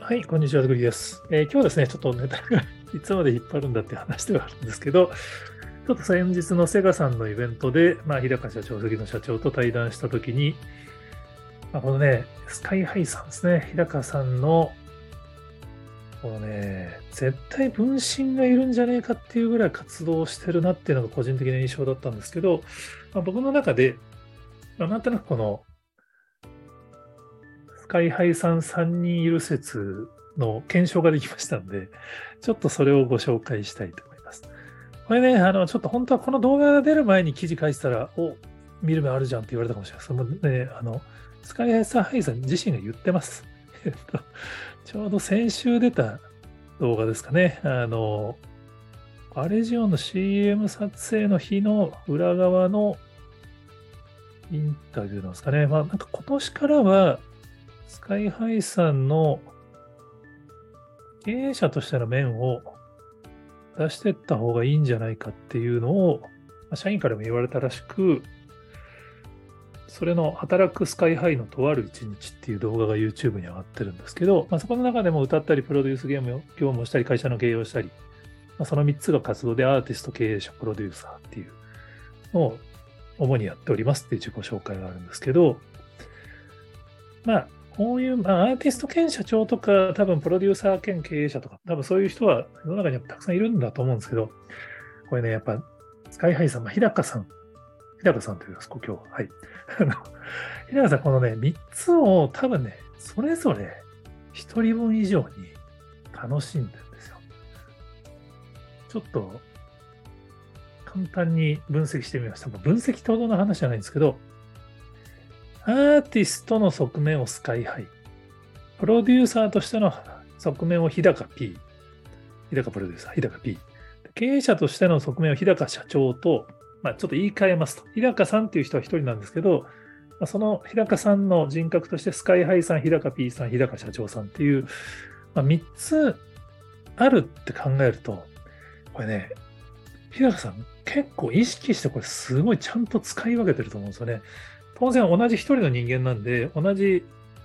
はい、こんにちは、グリです。今日ですね、ちょっとネタがいつまで引っ張るんだって話ではあるんですけど、ちょっと先日のセガさんのイベントで、日高社長、関の社長と対談したときに、このね、スカイハイさんですね、日高さんの、このね、絶対分身がいるんじゃねえかっていうぐらい活動してるなっていうのが個人的な印象だったんですけど、僕の中で、なんとなくこのスカイハイさん3人いる説の検証ができましたので、ちょっとそれをご紹介したいと思います。これね、ちょっと本当はこの動画が出る前に記事書いてたら、見る目あるじゃんって言われたかもしれない。そのね、スカイハイさん自身が言ってます。ちょうど先週出た動画ですかね。アレジオンの CM 撮影の日の裏側のインタビューなんですかね。なんか今年からは、スカイハイさんの経営者としての面を出していった方がいいんじゃないかっていうのを、社員からも言われたらしく、それの働くスカイハイのとある一日っていう動画が YouTube に上がってるんですけど、そこの中でも歌ったりプロデュース業務をしたり会社の経営をしたり、その3つが活動でアーティスト、経営者、プロデューサーっていうのを主にやっておりますっていう自己紹介があるんですけど、こういう、アーティスト兼社長とか、多分プロデューサー兼経営者とか、多分そういう人は世の中にはたくさんいるんだと思うんですけど、これね、やっぱ、スカイハイさん、日高さんというんですか、今日は。はい。日高さん、このね、3つを多分ね、それぞれ1人分以上に楽しんでるんですよ。ちょっと、簡単に分析してみました。分析ってほどの話じゃないんですけど、アーティストの側面をスカイハイ、プロデューサーとしての側面を日高 P、日高プロデューサー、日高 P、経営者としての側面を日高社長と、ちょっと言い換えますと。日高さんっていう人は一人なんですけど、その日高さんの人格としてスカイハイさん、日高 P さん、日高社長さんっていう、3つあるって考えると、これね、日高さん結構意識してこれすごいちゃんと使い分けてると思うんですよね。当然同じ一人の人間なんで、同じ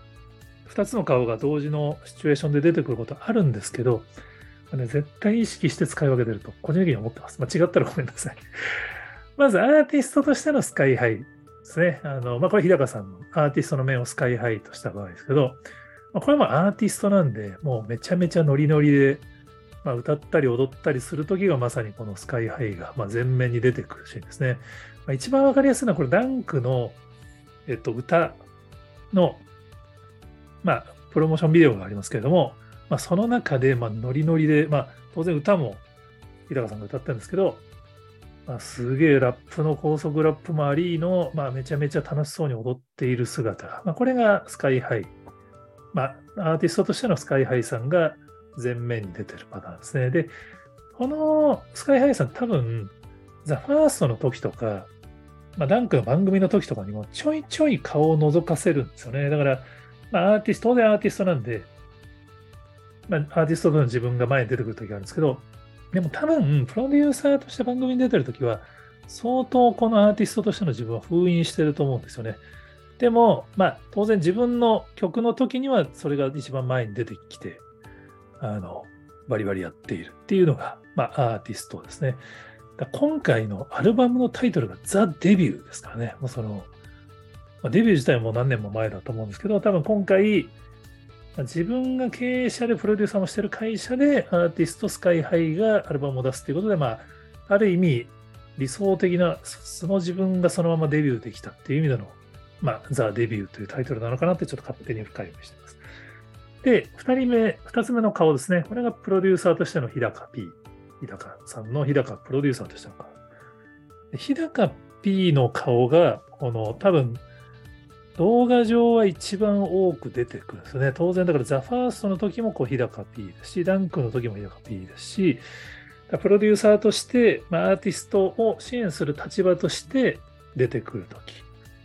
2つの顔が同時のシチュエーションで出てくることあるんですけど、絶対意識して使い分けてると個人的には思ってます。違ったらごめんなさい。まずアーティストとしてのスカイハイですね。これ日高さんのアーティストの面をスカイハイとした場合ですけど、これもアーティストなんで、もうめちゃめちゃノリノリで、歌ったり踊ったりするときがまさにこのスカイハイが前面に出てくるシーンですね。一番わかりやすいのはこれダンクの、歌の、プロモーションビデオがありますけれども、その中で、ノリノリで、当然歌も日高さんが歌ってるんですけど、すげえラップの高速ラップもありの、めちゃめちゃ楽しそうに踊っている姿。これがスカイハイ。アーティストとしてのスカイハイさんが前面に出てるパターンですね。で、このスカイハイさん多分、ザ・ファーストの時とか、ダンクの番組の時とかにもちょいちょい顔を覗かせるんですよね。だから、当然アーティストなんで、アーティストとの自分が前に出てくる時があるんですけど、でも多分、プロデューサーとして番組に出てる時は、相当このアーティストとしての自分は封印してると思うんですよね。でも、当然自分の曲の時にはそれが一番前に出てきて、バリバリやっているっていうのが、アーティストですね。今回のアルバムのタイトルがザ・デビューですからね。デビュー自体はもう何年も前だと思うんですけど、多分今回、自分が経営者でプロデューサーもしてる会社でアーティストスカイハイがアルバムを出すということで、ある意味理想的な、その自分がそのままデビューできたっていう意味での、ザ・デビューというタイトルなのかなってちょっと勝手に深読みしています。で、二つ目の顔ですね。これがプロデューサーとしての日高 P。日高さんの日高プロデューサーとしての顔。日高 P の顔が、多分、動画上は一番多く出てくるんですよね。当然だからザ・ファーストの時も日高 P ですし、ダンクの時も日高 P ですし、プロデューサーとして、アーティストを支援する立場として出てくる時。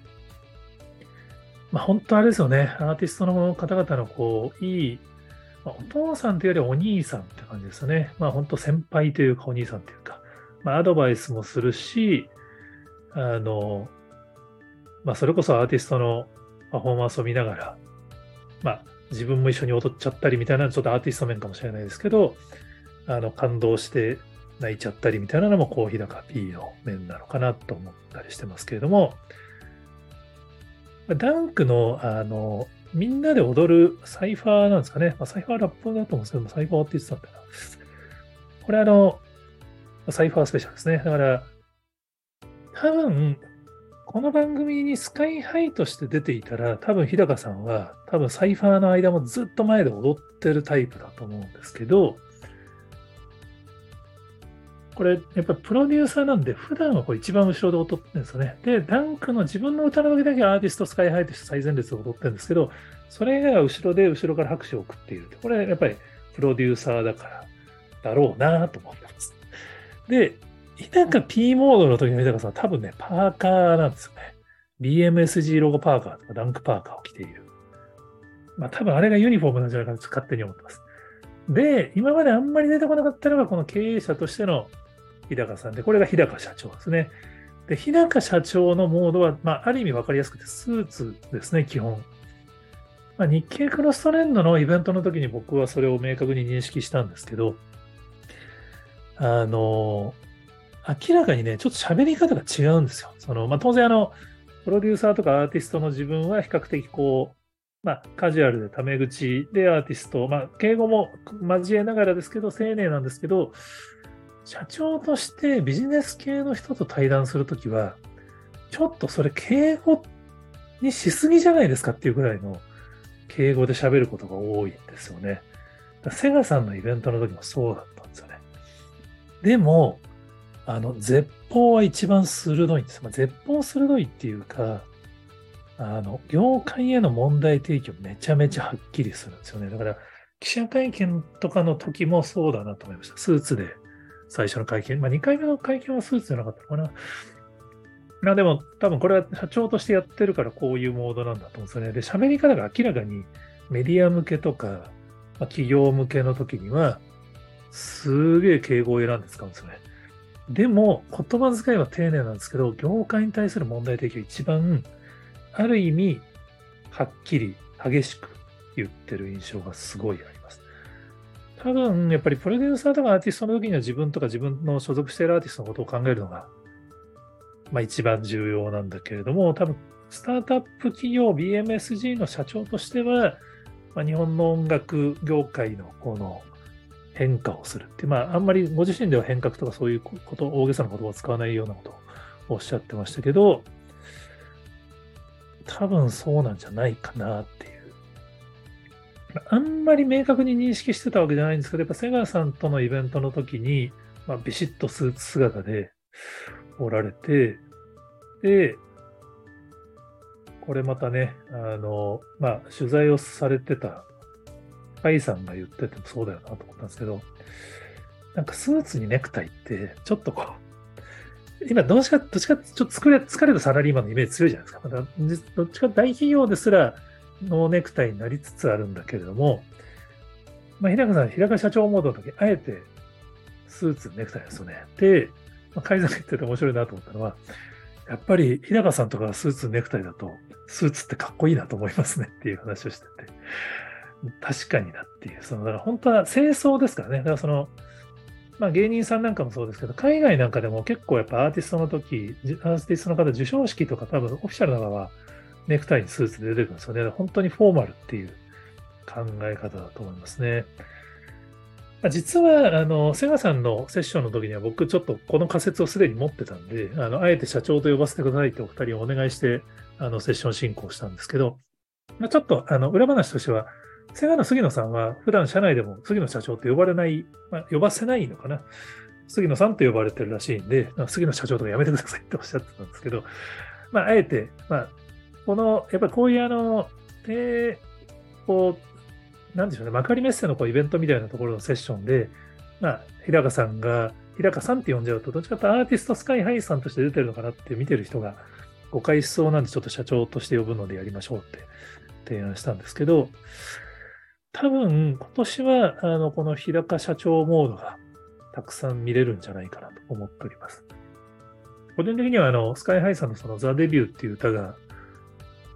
本当あれですよね。アーティストの方々のいい、お父さんというよりはお兄さんって感じですよね。本当先輩というかお兄さんというか、アドバイスもするし、それこそアーティストのパフォーマンスを見ながら、 自分も一緒に踊っちゃったりみたいな、ちょっとアーティスト面かもしれないですけど、感動して泣いちゃったりみたいなのも、日高 P の面なのかなと思ったりしてますけれども、ダンクの、みんなで踊るサイファーなんですかね。サイファーラップだと思うんですけど、サイファーって言ってたんだよな。これサイファースペシャルですね。だから、多分、この番組にスカイハイとして出ていたら、多分日高さんは、多分サイファーの間もずっと前で踊ってるタイプだと思うんですけど、これ、やっぱりプロデューサーなんで、普段はこれ一番後ろで踊ってるんですよね。で、ダンクの自分の歌の時だけアーティストスカイハイとして最前列で踊ってるんですけど、それ以外は後ろから拍手を送っている。これ、やっぱりプロデューサーだからだろうなと思ってます。で、日高 P モードの時の日高さんは多分ね、パーカーなんですよね。BMSG ロゴパーカーとかダンクパーカーを着ている。多分あれがユニフォームなんじゃないかなと勝手に思ってます。で、今まであんまり出てこなかったのがこの経営者としての日高さんで、これが日高社長ですね。で、日高社長のモードは、ある意味分かりやすくて、スーツですね、基本。日経クロストレンドのイベントの時に僕はそれを明確に認識したんですけど、明らかにね、ちょっと喋り方が違うんですよ。当然プロデューサーとかアーティストの自分は比較的カジュアルでタメ口でアーティスト、敬語も交えながらですけど、丁寧なんですけど、社長としてビジネス系の人と対談するときは、ちょっとそれ敬語にしすぎじゃないですかっていうぐらいの敬語で喋ることが多いんですよね。セガさんのイベントの時もそうだったんですよね。でも、絶望は一番鋭いんです。絶望鋭いっていうか、業界への問題提起をめちゃめちゃはっきりするんですよね。だから、記者会見とかの時もそうだなと思いました。スーツで最初の会見。2回目の会見はスーツじゃなかったのかな。でも、多分これは社長としてやってるからこういうモードなんだと思うんですよね。で、喋り方が明らかにメディア向けとか、企業向けの時には、すげえ敬語を選んで使うんですよね。でも、言葉遣いは丁寧なんですけど、業界に対する問題提起を一番、ある意味、はっきり激しく言ってる印象がすごいあります。多分、やっぱりプロデューサーとかアーティストの時には自分とか自分の所属しているアーティストのことを考えるのが、一番重要なんだけれども、多分、スタートアップ企業 BMSG の社長としては、日本の音楽業界のこの変化をするって、あんまりご自身では変革とかそういうこと、大げさな言葉を使わないようなことをおっしゃってましたけど、多分そうなんじゃないかなっていう。あんまり明確に認識してたわけじゃないんですけど、やっぱ瀬川さんとのイベントの時に、ビシッとスーツ姿でおられて、で、これまたね、取材をされてた甲斐さんが言っててもそうだよなと思ったんですけど、なんかスーツにネクタイって、ちょっと今どっちかちょっと疲れたサラリーマンのイメージ強いじゃないですか。どっちか大企業ですらノーネクタイになりつつあるんだけれども、日高さん、日高社長モードの時、あえてスーツ、ネクタイですよね。で、甲斐さんが言ってて面白いなと思ったのは、やっぱり日高さんとかスーツ、ネクタイだと、スーツってかっこいいなと思いますねっていう話をしてて、確かになっていう、だから本当は清掃ですからね。だから芸人さんなんかもそうですけど、海外なんかでも結構やっぱアーティストの時、アーティストの方、授賞式とか多分オフィシャルなのはネクタイにスーツで出てくるんですよね。本当にフォーマルっていう考え方だと思いますね。実は、セガさんのセッションの時には僕ちょっとこの仮説をすでに持ってたんで、あえて社長と呼ばせてくださいってお二人をお願いして、セッション進行したんですけど、ちょっと、裏話としては、セガの杉野さんは普段社内でも杉野社長って呼ばれない、呼ばせないのかな。杉野さんと呼ばれてるらしいんで、杉野社長とかやめてくださいっておっしゃってたんですけど、あえて、やっぱりこういうなんでしょうね、幕張メッセのイベントみたいなところのセッションで、日高さんって呼んじゃうと、どっちかというとアーティストスカイハイさんとして出てるのかなって見てる人が誤解しそうなんで、ちょっと社長として呼ぶのでやりましょうって提案したんですけど、多分今年はこの日高社長モードがたくさん見れるんじゃないかなと思っております。個人的にはスカイハイさんのそのザ・デビューっていう歌が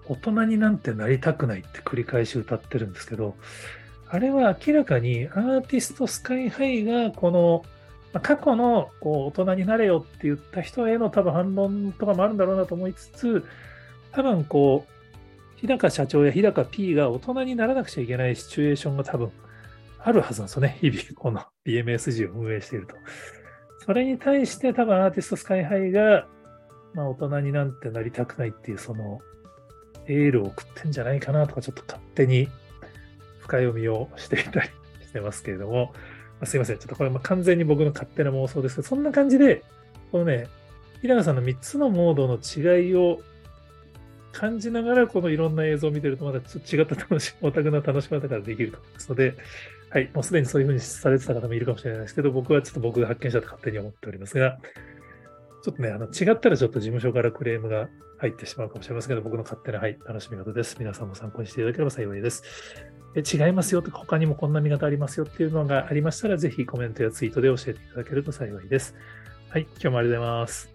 大人になんてなりたくないって繰り返し歌ってるんですけど、あれは明らかにアーティストスカイハイがこの過去の大人になれよって言った人への多分反論とかもあるんだろうなと思いつつ、多分日高社長や日高 P が大人にならなくちゃいけないシチュエーションが多分あるはずなんですよね。日々この BMSG を運営していると。それに対して多分アーティストスカイハイが、大人になんてなりたくないっていうそのエールを送ってんじゃないかなとかちょっと勝手に深読みをしていたりしてますけれども、すいません。ちょっとこれ完全に僕の勝手な妄想ですけど、そんな感じで、このね、日高さんの3つのモードの違いを感じながら、このいろんな映像を見てると、またちょっと違ったオタクな楽しみ方ができると思いますので、はい、もうすでにそういうふうにされてた方もいるかもしれないですけど、僕はちょっと僕が発見したと勝手に思っておりますが、ちょっとね、違ったらちょっと事務所からクレームが入ってしまうかもしれませんけど、僕の勝手な、はい、楽しみ方です。皆さんも参考にしていただければ幸いです。違いますよとか、他にもこんな見方ありますよっていうのがありましたら、ぜひコメントやツイートで教えていただけると幸いです。はい、今日もありがとうございます。